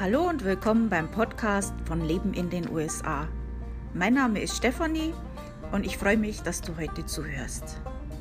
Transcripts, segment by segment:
Hallo und willkommen beim Podcast von Leben in den USA. Mein Name ist Stefanie und ich freue mich, dass du heute zuhörst.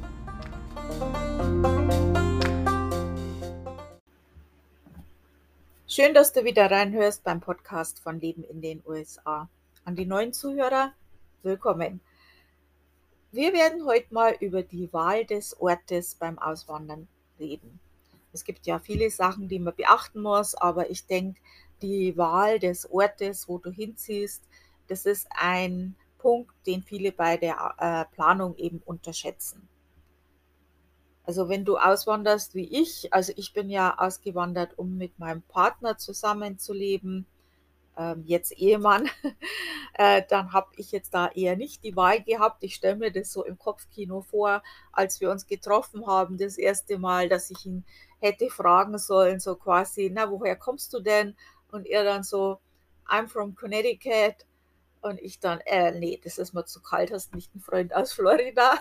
Schön, dass du wieder reinhörst beim Podcast von Leben in den USA. An die neuen Zuhörer, willkommen. Wir werden heute mal über die Wahl des Ortes beim Auswandern reden. Es gibt ja viele Sachen, die man beachten muss, aber ich denke, die Wahl des Ortes, wo du hinziehst, das ist ein Punkt, den viele bei der Planung eben unterschätzen. Also wenn du auswanderst wie ich, also ich bin ja ausgewandert, um mit meinem Partner zusammenzuleben, jetzt Ehemann, dann habe ich jetzt da eher nicht die Wahl gehabt. Ich stelle mir das so im Kopfkino vor, als wir uns getroffen haben, das erste Mal, dass ich ihn hätte fragen sollen, so quasi, na, woher kommst du denn? Und er dann so, I'm from Connecticut. Und ich dann, nee, das ist mir zu kalt, hast nicht einen Freund aus Florida.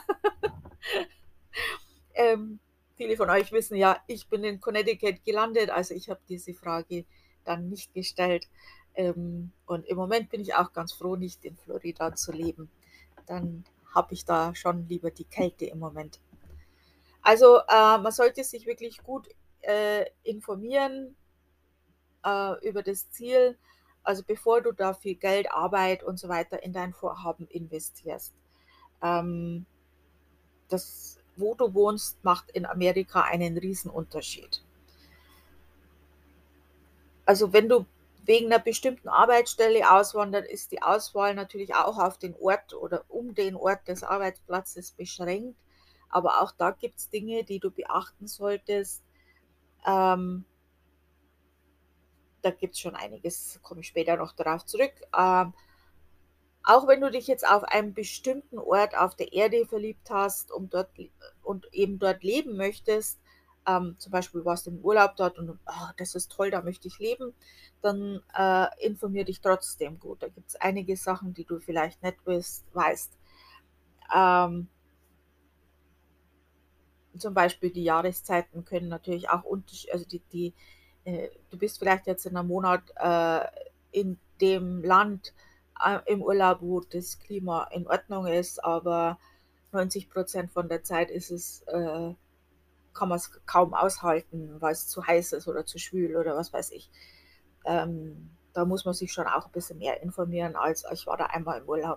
Viele von euch wissen ja, ich bin in Connecticut gelandet, also ich habe diese Frage dann nicht gestellt. Und im Moment bin ich auch ganz froh, nicht in Florida zu leben. Dann habe ich da schon lieber die Kälte im Moment. Also man sollte sich wirklich gut informieren über das Ziel, also bevor du da viel Geld, Arbeit und so weiter in dein Vorhaben investierst. Das, wo du wohnst, macht in Amerika einen Riesenunterschied. Also wenn du wegen einer bestimmten Arbeitsstelle auswandert, ist die Auswahl natürlich auch auf den Ort oder um den Ort des Arbeitsplatzes beschränkt. Aber auch da gibt es Dinge, die du beachten solltest. Da gibt es schon einiges, komme ich später noch darauf zurück. Auch wenn du dich jetzt auf einen bestimmten Ort auf der Erde verliebt hast und eben dort leben möchtest, zum Beispiel warst du im Urlaub dort und das ist toll, da möchte ich leben, dann informier dich trotzdem gut. Da gibt es einige Sachen, die du vielleicht nicht weißt. Zum Beispiel die Jahreszeiten können natürlich auch also du bist vielleicht jetzt in einem Monat in dem Land im Urlaub, wo das Klima in Ordnung ist, aber 90% von der Zeit kann man es kaum aushalten, weil es zu heiß ist oder zu schwül oder was weiß ich. Da muss man sich schon auch ein bisschen mehr informieren, als ich war da einmal im Urlaub.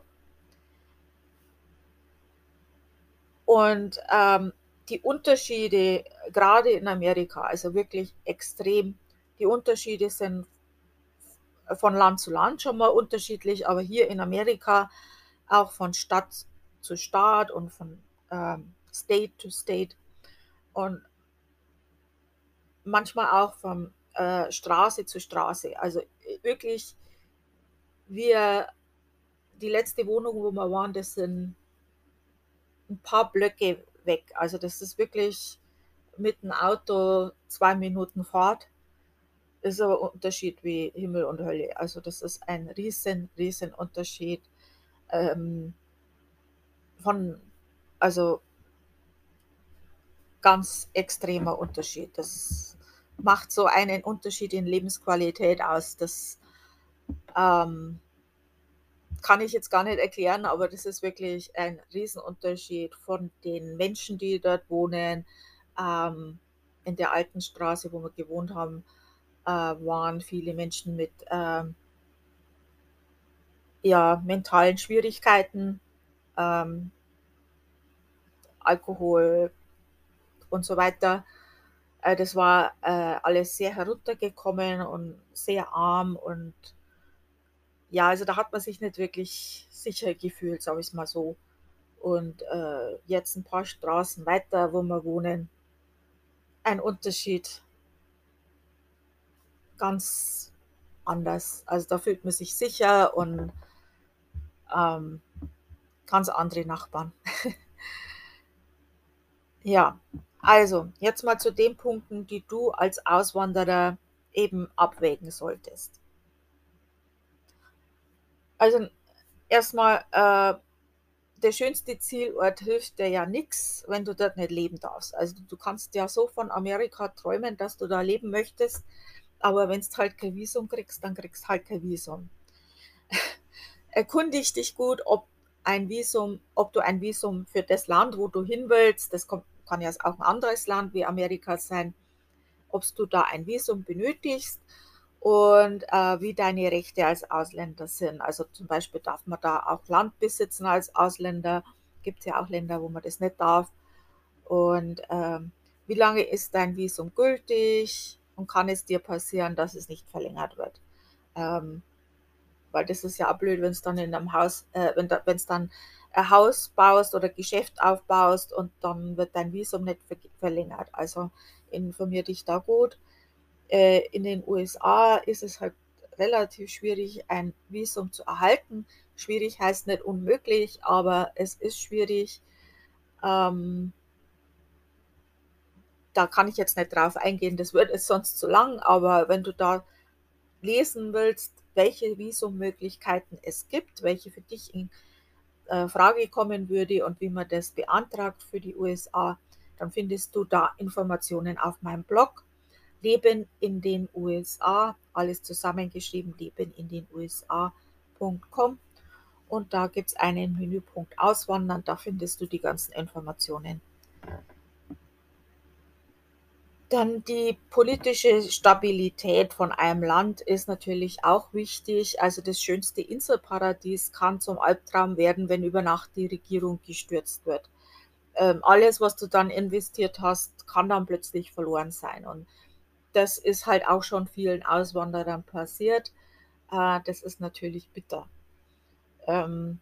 Und die Unterschiede, gerade in Amerika, also wirklich extrem, die Unterschiede sind von Land zu Land schon mal unterschiedlich, aber hier in Amerika auch von Stadt zu Staat und von State to State und manchmal auch von Straße zu Straße. Also wirklich, die letzte Wohnung, wo wir waren, das sind ein paar Blöcke weg. Also das ist wirklich mit dem Auto 2 Minuten Fahrt. Das ist aber ein Unterschied wie Himmel und Hölle. Also das ist ein riesen Unterschied also ganz extremer Unterschied. Das macht so einen Unterschied in Lebensqualität aus. Das kann ich jetzt gar nicht erklären, aber das ist wirklich ein Riesenunterschied von den Menschen, die dort wohnen. In der alten Straße, wo wir gewohnt haben, waren viele Menschen mit mentalen Schwierigkeiten, Alkohol und so weiter. Das war alles sehr heruntergekommen und sehr arm und ja, also da hat man sich nicht wirklich sicher gefühlt, sage ich mal so. Und jetzt ein paar Straßen weiter, wo wir wohnen, ein Unterschied, ganz anders. Also da fühlt man sich sicher und ganz andere Nachbarn. Ja, also jetzt mal zu den Punkten, die du als Auswanderer eben abwägen solltest. Also erstmal, der schönste Zielort hilft dir ja nichts, wenn du dort nicht leben darfst. Also du kannst ja so von Amerika träumen, dass du da leben möchtest, Aber wenn du halt kein Visum kriegst, dann kriegst du halt kein Visum. Erkundig dich gut, ob du ein Visum für das Land, wo du hin willst, das kann ja auch ein anderes Land wie Amerika sein, ob du da ein Visum benötigst und wie deine Rechte als Ausländer sind. Also zum Beispiel darf man da auch Land besitzen als Ausländer. Gibt es ja auch Länder, wo man das nicht darf. Und wie lange ist dein Visum gültig und kann es dir passieren, dass es nicht verlängert wird? Ähm, Weil das ist ja auch blöd, wenn es dann in einem Haus, wenn es dann ein Haus baust oder Geschäft aufbaust und dann wird dein Visum nicht verlängert. Also informier dich da gut. In den USA ist es halt relativ schwierig, ein Visum zu erhalten. Schwierig heißt nicht unmöglich, aber es ist schwierig. Ähm, Da kann ich jetzt nicht drauf eingehen, das wird es sonst zu lang, aber wenn du da lesen willst, welche Visummöglichkeiten es gibt, welche für dich in Frage kommen würde und wie man das beantragt für die USA, dann findest du da Informationen auf meinem Blog Leben in den USA, alles zusammengeschrieben, leben in den USA.com, und da gibt es einen Menüpunkt Auswandern, da findest du die ganzen Informationen. Dann die politische Stabilität von einem Land ist natürlich auch wichtig. Also das schönste Inselparadies kann zum Albtraum werden, wenn über Nacht die Regierung gestürzt wird. Alles, was du dann investiert hast, kann dann plötzlich verloren sein. Und das ist halt auch schon vielen Auswanderern passiert. Das ist natürlich bitter. Ähm,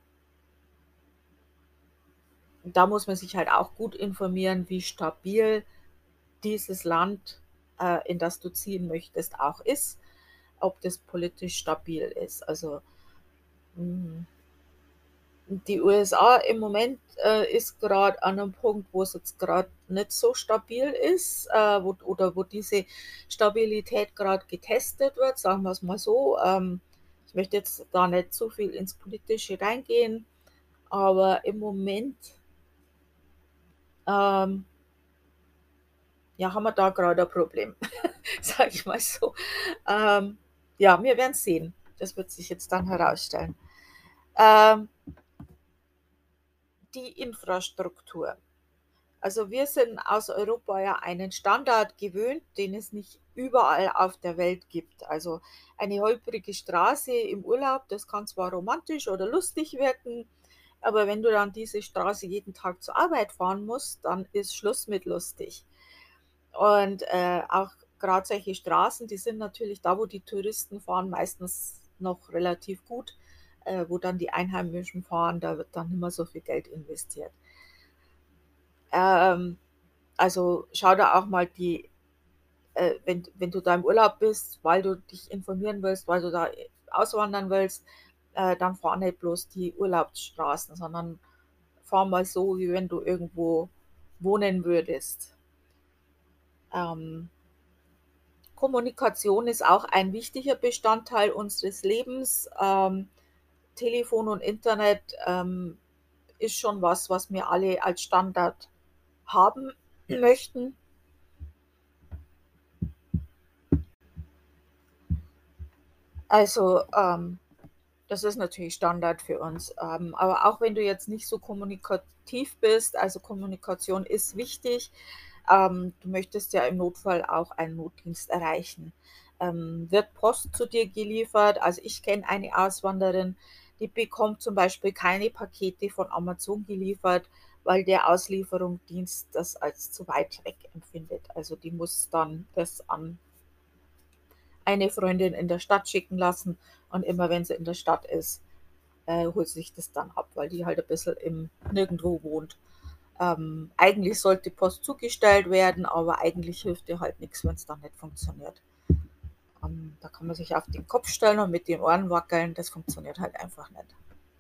Da muss man sich halt auch gut informieren, wie stabil dieses Land, in das du ziehen möchtest, auch ist, ob das politisch stabil ist. Also die USA im Moment ist gerade an einem Punkt, wo es jetzt gerade nicht so stabil ist, wo diese Stabilität gerade getestet wird, sagen wir es mal so. Ich möchte jetzt da nicht zu viel ins Politische reingehen, aber im Moment ähm, ja, haben wir da gerade ein Problem, sage ich mal so. Ähm, ja, wir werden sehen. Das wird sich jetzt dann herausstellen. Ähm, die Infrastruktur. Also wir sind aus Europa ja einen Standard gewöhnt, den es nicht überall auf der Welt gibt. Also eine holprige Straße im Urlaub, das kann zwar romantisch oder lustig wirken, aber wenn du dann diese Straße jeden Tag zur Arbeit fahren musst, dann ist Schluss mit lustig. Und auch gerade solche Straßen, die sind natürlich da, wo die Touristen fahren, meistens noch relativ gut. Wo dann die Einheimischen fahren, da wird dann immer so viel Geld investiert. Ähm, also schau da auch mal wenn du da im Urlaub bist, weil du dich informieren willst, weil du da auswandern willst, dann fahr nicht bloß die Urlaubsstraßen, sondern fahr mal so, wie wenn du irgendwo wohnen würdest. Ähm, Kommunikation ist auch ein wichtiger Bestandteil unseres Lebens. Telefon und Internet ist schon was wir alle als Standard haben möchten. Also das ist natürlich Standard für uns. Aber auch wenn du jetzt nicht so kommunikativ bist, also Kommunikation ist wichtig. Du möchtest ja im Notfall auch einen Notdienst erreichen. Wird Post zu dir geliefert? Also ich kenne eine Auswanderin, die bekommt zum Beispiel keine Pakete von Amazon geliefert, weil der Auslieferungsdienst das als zu weit weg empfindet. Also die muss dann das an eine Freundin in der Stadt schicken lassen, und immer wenn sie in der Stadt ist, holt sich das dann ab, weil die halt ein bisschen im Nirgendwo wohnt. Eigentlich sollte Post zugestellt werden, aber eigentlich hilft dir halt nichts, wenn es dann nicht funktioniert. Da kann man sich auf den Kopf stellen und mit den Ohren wackeln, das funktioniert halt einfach nicht.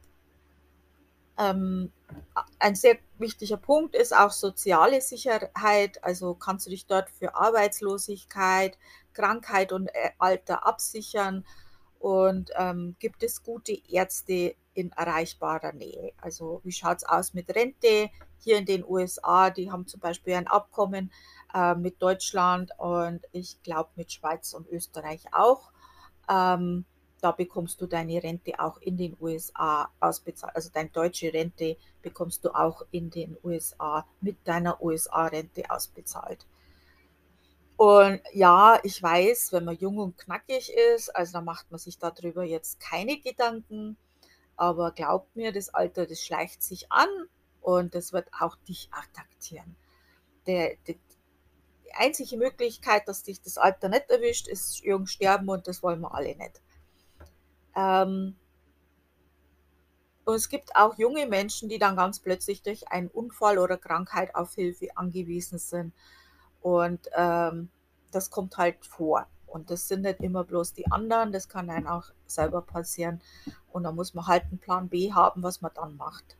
Ähm, ein sehr wichtiger Punkt ist auch soziale Sicherheit. Also kannst du dich dort für Arbeitslosigkeit, Krankheit und Alter absichern, und gibt es gute Ärzte in erreichbarer Nähe. Also wie schaut es aus mit Rente? Hier in den USA, die haben zum Beispiel ein Abkommen, mit Deutschland und ich glaube mit Schweiz und Österreich auch. Ähm, Da bekommst du deine Rente auch in den USA ausbezahlt. Also deine deutsche Rente bekommst du auch in den USA mit deiner USA-Rente ausbezahlt. Und ja, ich weiß, wenn man jung und knackig ist, also da macht man sich darüber jetzt keine Gedanken, aber glaubt mir, das Alter, das schleicht sich an und das wird auch dich attraktieren. Die einzige Möglichkeit, dass dich das Alter nicht erwischt, ist jung sterben und das wollen wir alle nicht. Ähm, und es gibt auch junge Menschen, die dann ganz plötzlich durch einen Unfall oder Krankheit auf Hilfe angewiesen sind. Und das kommt halt vor. Und das sind nicht immer bloß die anderen, das kann einem auch selber passieren. Und da muss man halt einen Plan B haben, was man dann macht.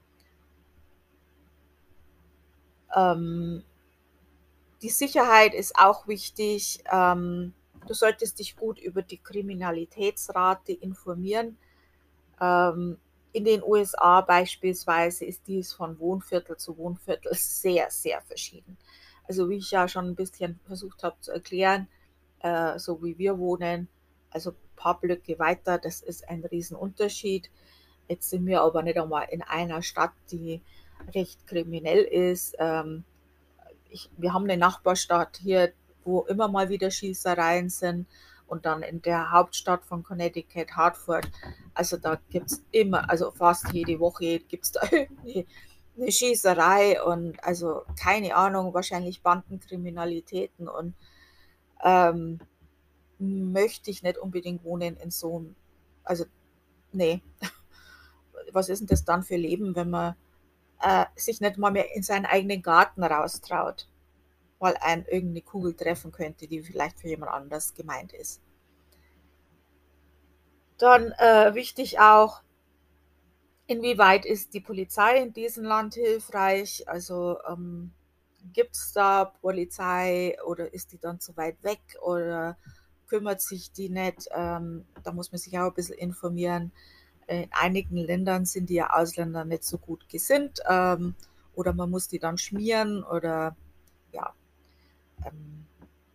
Ähm, Die Sicherheit ist auch wichtig. Du solltest dich gut über die Kriminalitätsrate informieren. Ähm, in den USA beispielsweise ist dies von Wohnviertel zu Wohnviertel sehr, sehr verschieden. Also wie ich ja schon ein bisschen versucht habe zu erklären, so wie wir wohnen, also ein paar Blöcke weiter, das ist ein Riesenunterschied. Jetzt sind wir aber nicht einmal in einer Stadt, die recht kriminell ist. Wir haben eine Nachbarstadt hier, wo immer mal wieder Schießereien sind und dann in der Hauptstadt von Connecticut, Hartford. Also da gibt es immer, also fast jede Woche gibt es da eine Schießerei und also keine Ahnung, wahrscheinlich Bandenkriminalitäten und ähm, möchte ich nicht unbedingt wohnen in so einem, also nee, was ist denn das dann für Leben, wenn man sich nicht mal mehr in seinen eigenen Garten raustraut, weil einen irgendeine Kugel treffen könnte, die vielleicht für jemand anders gemeint ist. Dann wichtig auch, inwieweit ist die Polizei in diesem Land hilfreich? Also gibt es da Polizei oder ist die dann zu weit weg oder kümmert sich die nicht? Da muss man sich auch ein bisschen informieren. In einigen Ländern sind die ja Ausländer nicht so gut gesinnt oder man muss die dann schmieren oder ja. Ähm,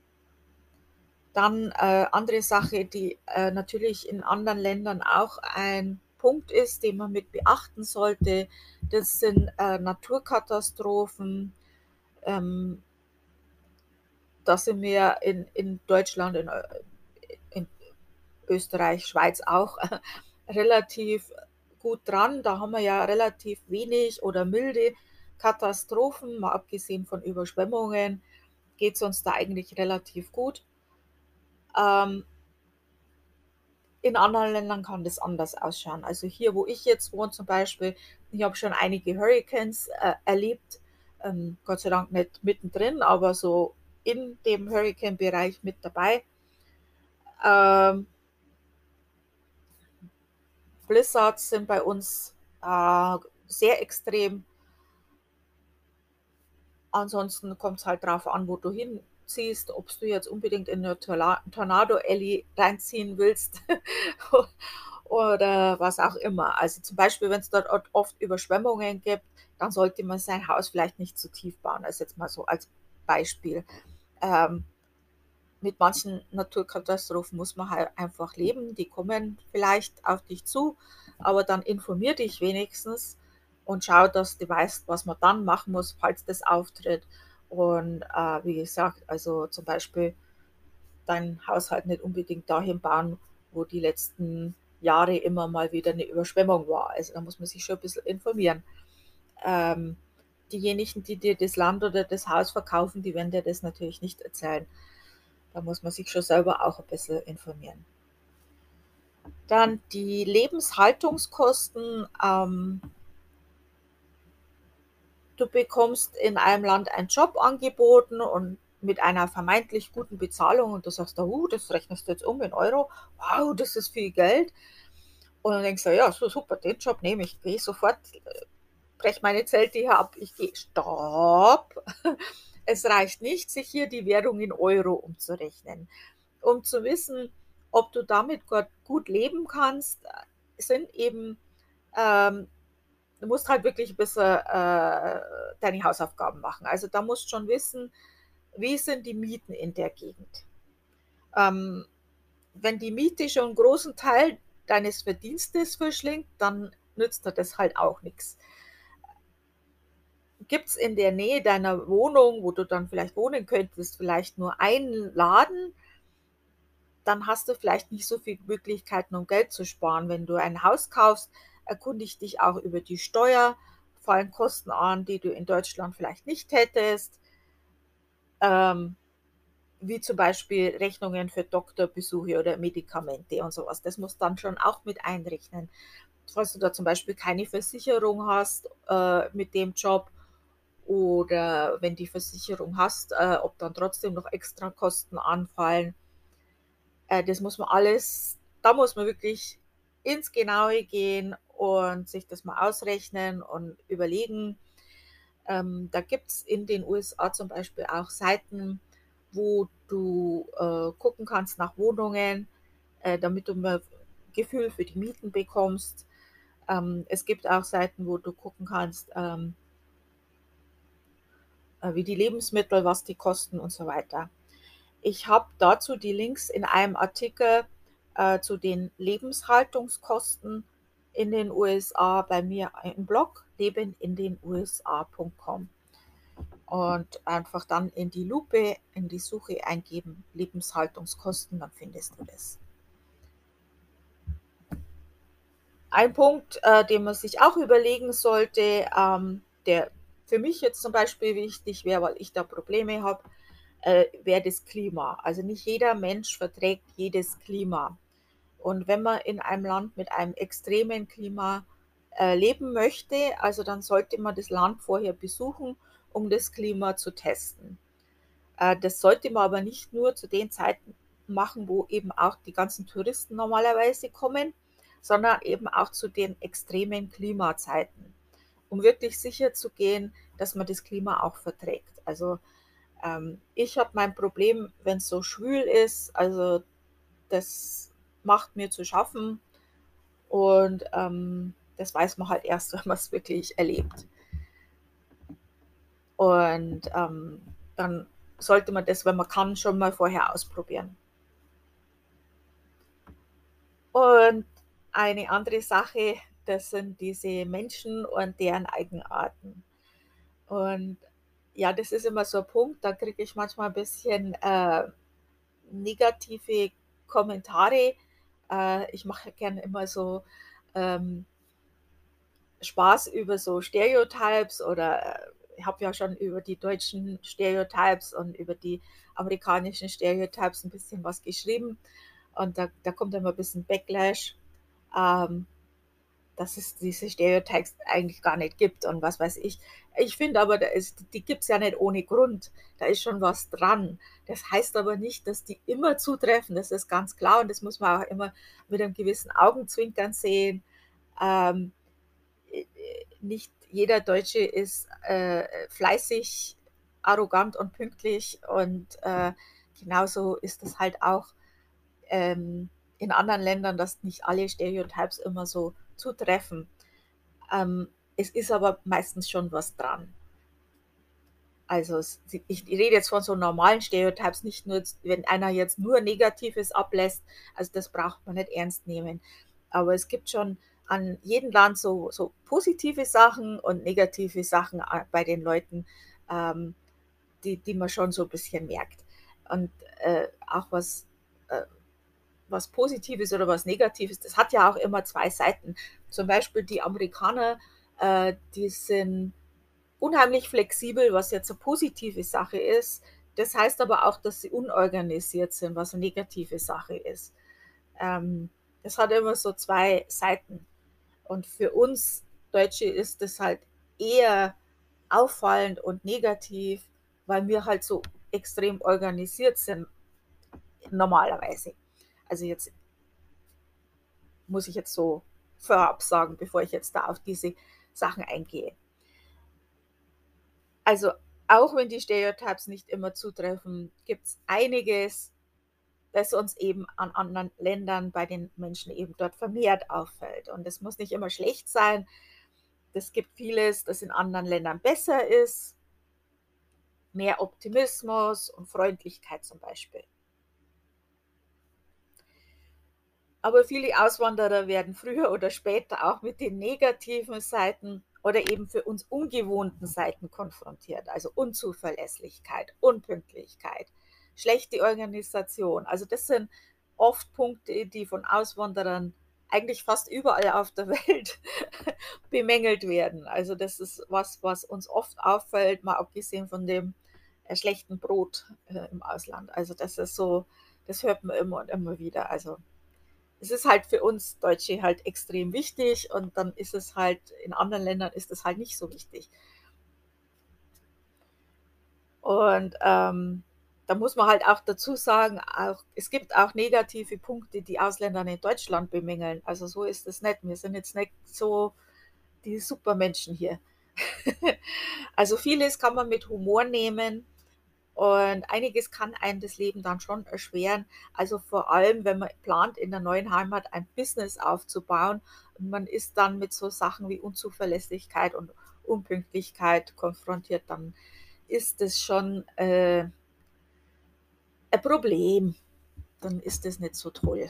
Dann andere Sache, die natürlich in anderen Ländern auch ein Punkt ist, den man mit beachten sollte, das sind Naturkatastrophen. Ähm, Da sind wir in Deutschland, in Österreich, Schweiz auch relativ gut dran. Da haben wir ja relativ wenig oder milde Katastrophen, mal abgesehen von Überschwemmungen, geht es uns da eigentlich relativ gut. Ähm, In anderen Ländern kann das anders ausschauen. Also hier, wo ich jetzt wohne zum Beispiel, ich habe schon einige Hurricanes erlebt. Gott sei Dank nicht mittendrin, aber so in dem Hurricane-Bereich mit dabei. Ähm, Blizzards sind bei uns sehr extrem. Ansonsten kommt es halt drauf an, wo du hinziehst, ob du jetzt unbedingt in eine Tornado-Alley reinziehen willst oder was auch immer. Also zum Beispiel, wenn es dort oft Überschwemmungen gibt, dann sollte man sein Haus vielleicht nicht zu tief bauen. Das ist jetzt mal so als Beispiel. Ähm, mit manchen Naturkatastrophen muss man halt einfach leben. Die kommen vielleicht auf dich zu, aber dann informier dich wenigstens und schau, dass du weißt, was man dann machen muss, falls das auftritt. Und wie gesagt, also zum Beispiel dein Haushalt nicht unbedingt dahin bauen, wo die letzten Jahre immer mal wieder eine Überschwemmung war. Also da muss man sich schon ein bisschen informieren. Ähm, Diejenigen, die dir das Land oder das Haus verkaufen, die werden dir das natürlich nicht erzählen. Da muss man sich schon selber auch ein bisschen informieren. Dann die Lebenshaltungskosten. Du bekommst in einem Land einen Job angeboten und mit einer vermeintlich guten Bezahlung und du sagst, das rechnest du jetzt um in Euro. Wow, das ist viel Geld. Und dann denkst du, ja, so super, den Job nehme ich, gehe sofort, breche meine Zelte hier ab, ich gehe. Stopp! Es reicht nicht, sich hier die Währung in Euro umzurechnen. Um zu wissen, ob du damit gut leben kannst, sind eben, ähm, du musst halt wirklich ein bisschen deine Hausaufgaben machen. Also da musst du schon wissen, wie sind die Mieten in der Gegend? Ähm, Wenn die Miete schon einen großen Teil deines Verdienstes verschlingt, dann nützt dir das halt auch nichts. Gibt es in der Nähe deiner Wohnung, wo du dann vielleicht wohnen könntest, vielleicht nur einen Laden, dann hast du vielleicht nicht so viele Möglichkeiten, um Geld zu sparen. Wenn du ein Haus kaufst, erkundige dich auch über die Steuer, fallen Kosten an, die du in Deutschland vielleicht nicht hättest, ähm, wie zum Beispiel Rechnungen für Doktorbesuche oder Medikamente und sowas. Das musst du dann schon auch mit einrechnen. Falls du da zum Beispiel keine Versicherung hast mit dem Job, oder wenn die Versicherung hast, ob dann trotzdem noch extra Kosten anfallen. Das muss man alles, da muss man wirklich ins Genaue gehen und sich das mal ausrechnen und überlegen. Da gibt es in den USA zum Beispiel auch Seiten, wo du gucken kannst nach Wohnungen, damit du mal Gefühl für die Mieten bekommst. Es gibt auch Seiten, wo du gucken kannst, wie die Lebensmittel, was die kosten und so weiter. Ich habe dazu die Links in einem Artikel zu den Lebenshaltungskosten in den USA bei mir im Blog lebenindenusa.com und einfach dann in die Lupe, in die Suche eingeben, Lebenshaltungskosten, dann findest du das. Ein Punkt, den man sich auch überlegen sollte, der für mich jetzt zum Beispiel wichtig wäre, weil ich da Probleme habe, wäre das Klima. Also nicht jeder Mensch verträgt jedes Klima. Und wenn man in einem Land mit einem extremen Klima leben möchte, also dann sollte man das Land vorher besuchen, um das Klima zu testen. Das sollte man aber nicht nur zu den Zeiten machen, wo eben auch die ganzen Touristen normalerweise kommen, sondern eben auch zu den extremen Klimazeiten, um wirklich sicher zu gehen, dass man das Klima auch verträgt. Also ich habe mein Problem, wenn es so schwül ist, also das macht mir zu schaffen und das weiß man halt erst, wenn man es wirklich erlebt. Und dann sollte man das, wenn man kann, schon mal vorher ausprobieren. Und eine andere Sache, das sind diese Menschen und deren Eigenarten. Und ja, das ist immer so ein Punkt, da kriege ich manchmal ein bisschen negative Kommentare. Ich mache gerne immer so ähm, Spaß über so Stereotypes oder ich habe ja schon über die deutschen Stereotypes und über die amerikanischen Stereotypes ein bisschen was geschrieben. Und da kommt immer ein bisschen Backlash, ähm, dass es diese Stereotypes eigentlich gar nicht gibt und was weiß ich. Ich finde aber, die gibt es ja nicht ohne Grund. Da ist schon was dran. Das heißt aber nicht, dass die immer zutreffen. Das ist ganz klar und das muss man auch immer mit einem gewissen Augenzwinkern sehen. Ähm, Nicht jeder Deutsche ist fleißig, arrogant und pünktlich und genauso ist es halt auch in anderen Ländern, dass nicht alle Stereotypes immer so zutreffen. Es ist aber meistens schon was dran. Also ich rede jetzt von so normalen Stereotypes, nicht nur, wenn einer jetzt nur Negatives ablässt, also das braucht man nicht ernst nehmen. Aber es gibt schon an jedem Land so positive Sachen und negative Sachen bei den Leuten, ähm, die man schon so ein bisschen merkt. Und auch äh, was Positives oder was Negatives, das hat ja auch immer zwei Seiten. Zum Beispiel die Amerikaner, die sind unheimlich flexibel, was jetzt eine positive Sache ist. Das heißt aber auch, dass sie unorganisiert sind, was eine negative Sache ist. Das hat immer so zwei Seiten. Und für uns Deutsche ist das halt eher auffallend und negativ, weil wir halt so extrem organisiert sind normalerweise. Also jetzt muss ich jetzt so vorab sagen, bevor ich jetzt da auf diese Sachen eingehe. Also auch wenn die Stereotypes nicht immer zutreffen, gibt es einiges, das uns eben an anderen Ländern bei den Menschen eben dort vermehrt auffällt. Und es muss nicht immer schlecht sein. Es gibt vieles, das in anderen Ländern besser ist. mehr Optimismus und Freundlichkeit zum Beispiel. Aber viele Auswanderer werden früher oder später auch mit den negativen Seiten oder eben für uns ungewohnten Seiten konfrontiert. Also Unzuverlässigkeit, Unpünktlichkeit, schlechte Organisation. Also das sind oft Punkte, die von Auswanderern eigentlich fast überall auf der Welt bemängelt werden. Also das ist was, was uns oft auffällt, mal abgesehen von dem schlechten Brot im Ausland. Also das ist so, das hört man immer und immer wieder. Also es ist halt für uns Deutsche halt extrem wichtig und dann ist es halt in anderen Ländern ist es halt nicht so wichtig. Und da muss man halt auch dazu sagen, auch, es gibt auch negative Punkte, die Ausländer in Deutschland bemängeln. Also so ist es nicht. Wir sind jetzt nicht so die Supermenschen hier. Also vieles kann man mit Humor nehmen. Und einiges kann einem das Leben dann schon erschweren. Also vor allem, wenn man plant, in der neuen Heimat ein Business aufzubauen und man ist dann mit so Sachen wie Unzuverlässigkeit und Unpünktlichkeit konfrontiert, dann ist das schon ein Problem. Dann ist das nicht so toll.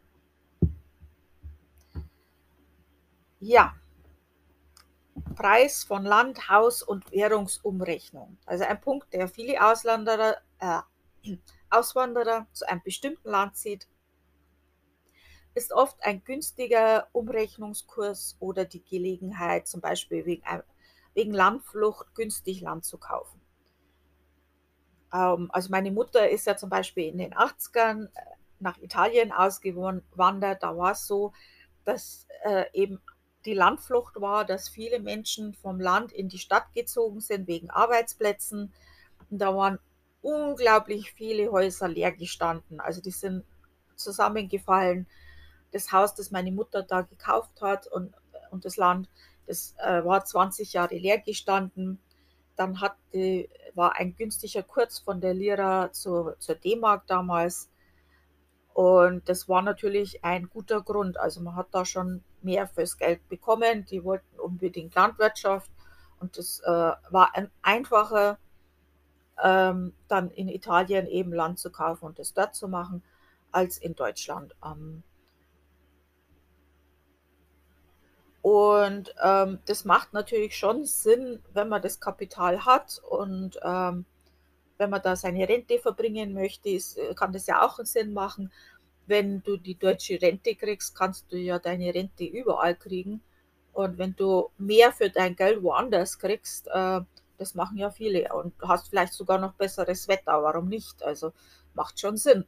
Ja, Preis von Land, Haus und Währungsumrechnung. Also ein Punkt, der viele Auswanderer zu einem bestimmten Land zieht, ist oft ein günstiger Umrechnungskurs oder die Gelegenheit, zum Beispiel wegen Landflucht günstig Land zu kaufen. Also meine Mutter ist ja zum Beispiel in den 80ern nach Italien ausgewandert. Da war es so, dass eben die Landflucht war, dass viele Menschen vom Land in die Stadt gezogen sind wegen Arbeitsplätzen. Und da waren unglaublich viele Häuser leer gestanden. Also die sind zusammengefallen. Das Haus, das meine Mutter da gekauft hat und das Land, das war 20 Jahre leer gestanden. Dann war ein günstiger Kurs von der Lira zur D-Mark damals. Und das war natürlich ein guter Grund. Also man hat da schon mehr fürs Geld bekommen. Die wollten unbedingt Landwirtschaft. Und das war ein einfacher, dann in Italien eben Land zu kaufen und das dort zu machen, als in Deutschland. Und das macht natürlich schon Sinn, wenn man das Kapital hat und wenn man da seine Rente verbringen möchte, kann das ja auch einen Sinn machen. Wenn du die deutsche Rente kriegst, kannst du ja deine Rente überall kriegen. Und wenn du mehr für dein Geld woanders kriegst, das machen ja viele und du hast vielleicht sogar noch besseres Wetter, warum nicht? Also macht schon Sinn.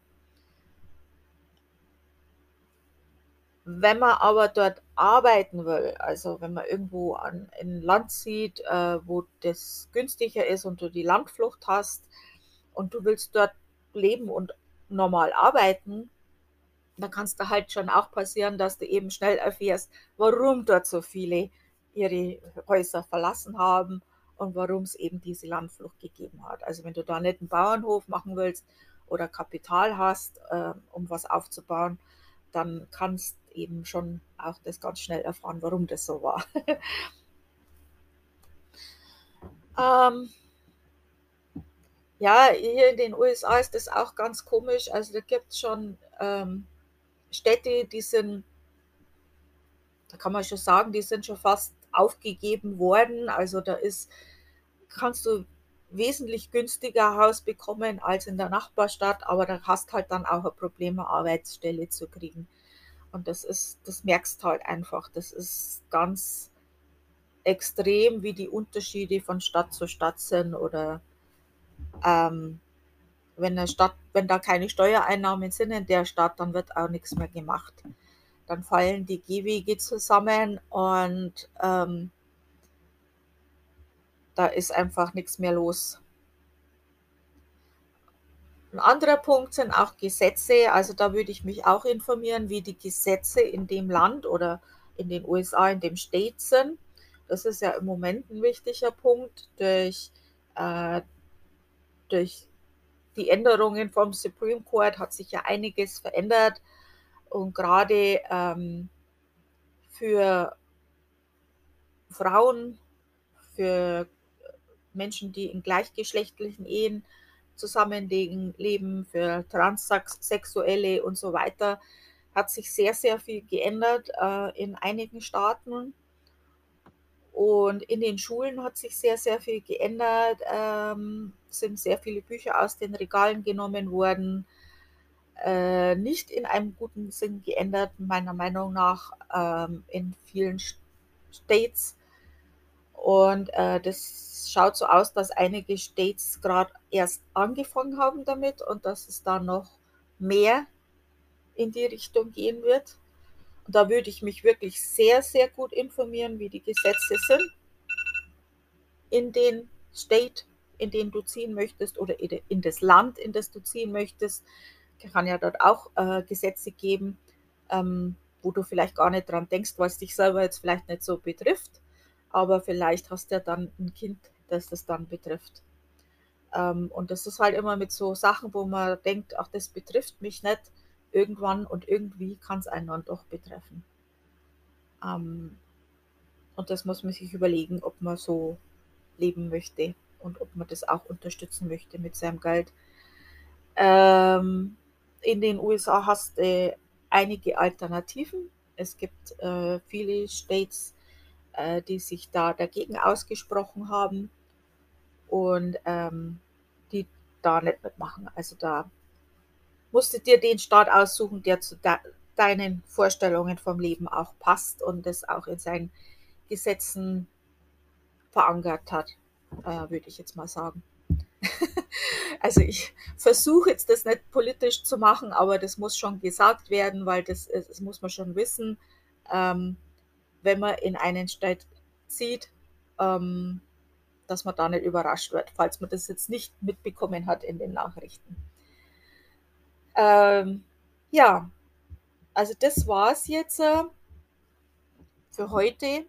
Wenn man aber dort arbeiten will, also wenn man irgendwo in ein Land zieht, wo das günstiger ist und du die Landflucht hast und du willst dort leben und normal arbeiten, dann kann es da halt schon auch passieren, dass du eben schnell erfährst, warum dort so viele ihre Häuser verlassen haben und warum es eben diese Landflucht gegeben hat. Also wenn du da nicht einen Bauernhof machen willst oder Kapital hast, um was aufzubauen, dann kannst eben schon auch das ganz schnell erfahren, warum das so war. ähm, ja, hier in den USA ist das auch ganz komisch. Also da gibt es schon Städte, die sind, da kann man schon sagen, die sind schon fast aufgegeben worden. Also kannst du wesentlich günstiger Haus bekommen als in der Nachbarstadt, aber da hast halt dann auch ein Problem, eine Arbeitsstelle zu kriegen. Und das merkst halt einfach. Das ist ganz extrem, wie die Unterschiede von Stadt zu Stadt sind oder ähm, wenn da keine Steuereinnahmen sind in der Stadt, dann wird auch nichts mehr gemacht. Dann fallen die Gehwege zusammen und da ist einfach nichts mehr los. Ein anderer Punkt sind auch Gesetze. Also da würde ich mich auch informieren, wie die Gesetze in dem Land oder in den USA, in dem State sind. Das ist ja im Moment ein wichtiger Punkt. Äh, durch die Änderungen vom Supreme Court hat sich ja einiges verändert. Und gerade für Frauen, für Menschen, die in gleichgeschlechtlichen Ehen zusammenleben, für Transsexuelle und so weiter, hat sich sehr, sehr viel geändert in einigen Staaten. Und in den Schulen hat sich sehr, sehr viel geändert, sind sehr viele Bücher aus den Regalen genommen worden, nicht in einem guten Sinn geändert, meiner Meinung nach, in vielen States. Und das schaut so aus, dass einige States gerade erst angefangen haben damit und dass es da noch mehr in die Richtung gehen wird. Und da würde ich mich wirklich sehr, sehr gut informieren, wie die Gesetze sind in den State, in den du ziehen möchtest, oder in das Land, in das du ziehen möchtest. Kann ja dort auch Gesetze geben, wo du vielleicht gar nicht dran denkst, was dich selber jetzt vielleicht nicht so betrifft, aber vielleicht hast du ja dann ein Kind, das das dann betrifft. Und das ist halt immer mit so Sachen, wo man denkt, ach, das betrifft mich nicht, irgendwann und irgendwie kann es einen dann doch betreffen. Ähm, und das muss man sich überlegen, ob man so leben möchte und ob man das auch unterstützen möchte mit seinem Geld. In den USA hast du einige Alternativen. Es gibt viele States, die sich da dagegen ausgesprochen haben und die da nicht mitmachen. Also da musst du dir den Staat aussuchen, der zu deinen Vorstellungen vom Leben auch passt und das auch in seinen Gesetzen verankert hat, würde ich jetzt mal sagen. Also ich versuche jetzt das nicht politisch zu machen, aber das muss schon gesagt werden, weil das muss man schon wissen, ähm, wenn man in einen Staat zieht, ähm, dass man da nicht überrascht wird, falls man das jetzt nicht mitbekommen hat in den Nachrichten. Ähm, ja, also das war es jetzt für heute.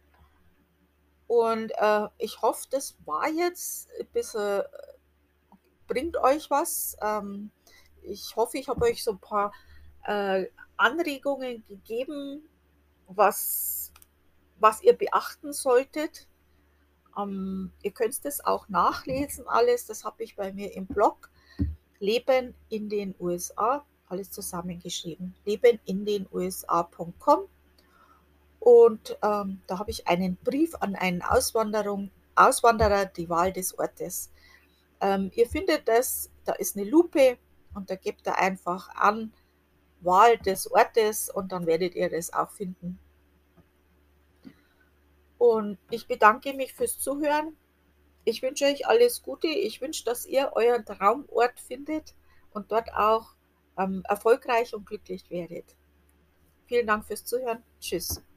Und ich hoffe, das war jetzt ein bisschen, bringt euch was. Ich hoffe, ich habe euch so ein paar äh, Anregungen gegeben, was, was ihr beachten solltet. Ihr könnt das auch nachlesen, alles. Das habe ich bei mir im Blog. Leben in den USA, alles zusammengeschrieben. lebenindenusa.com. Und da habe ich einen Brief an einen Auswanderer, die Wahl des Ortes. Ihr findet das, da ist eine Lupe und da gebt ihr einfach an Wahl des Ortes und dann werdet ihr das auch finden. Und ich bedanke mich fürs Zuhören. Ich wünsche euch alles Gute. Ich wünsche, dass ihr euren Traumort findet und dort auch erfolgreich und glücklich werdet. Vielen Dank fürs Zuhören. Tschüss.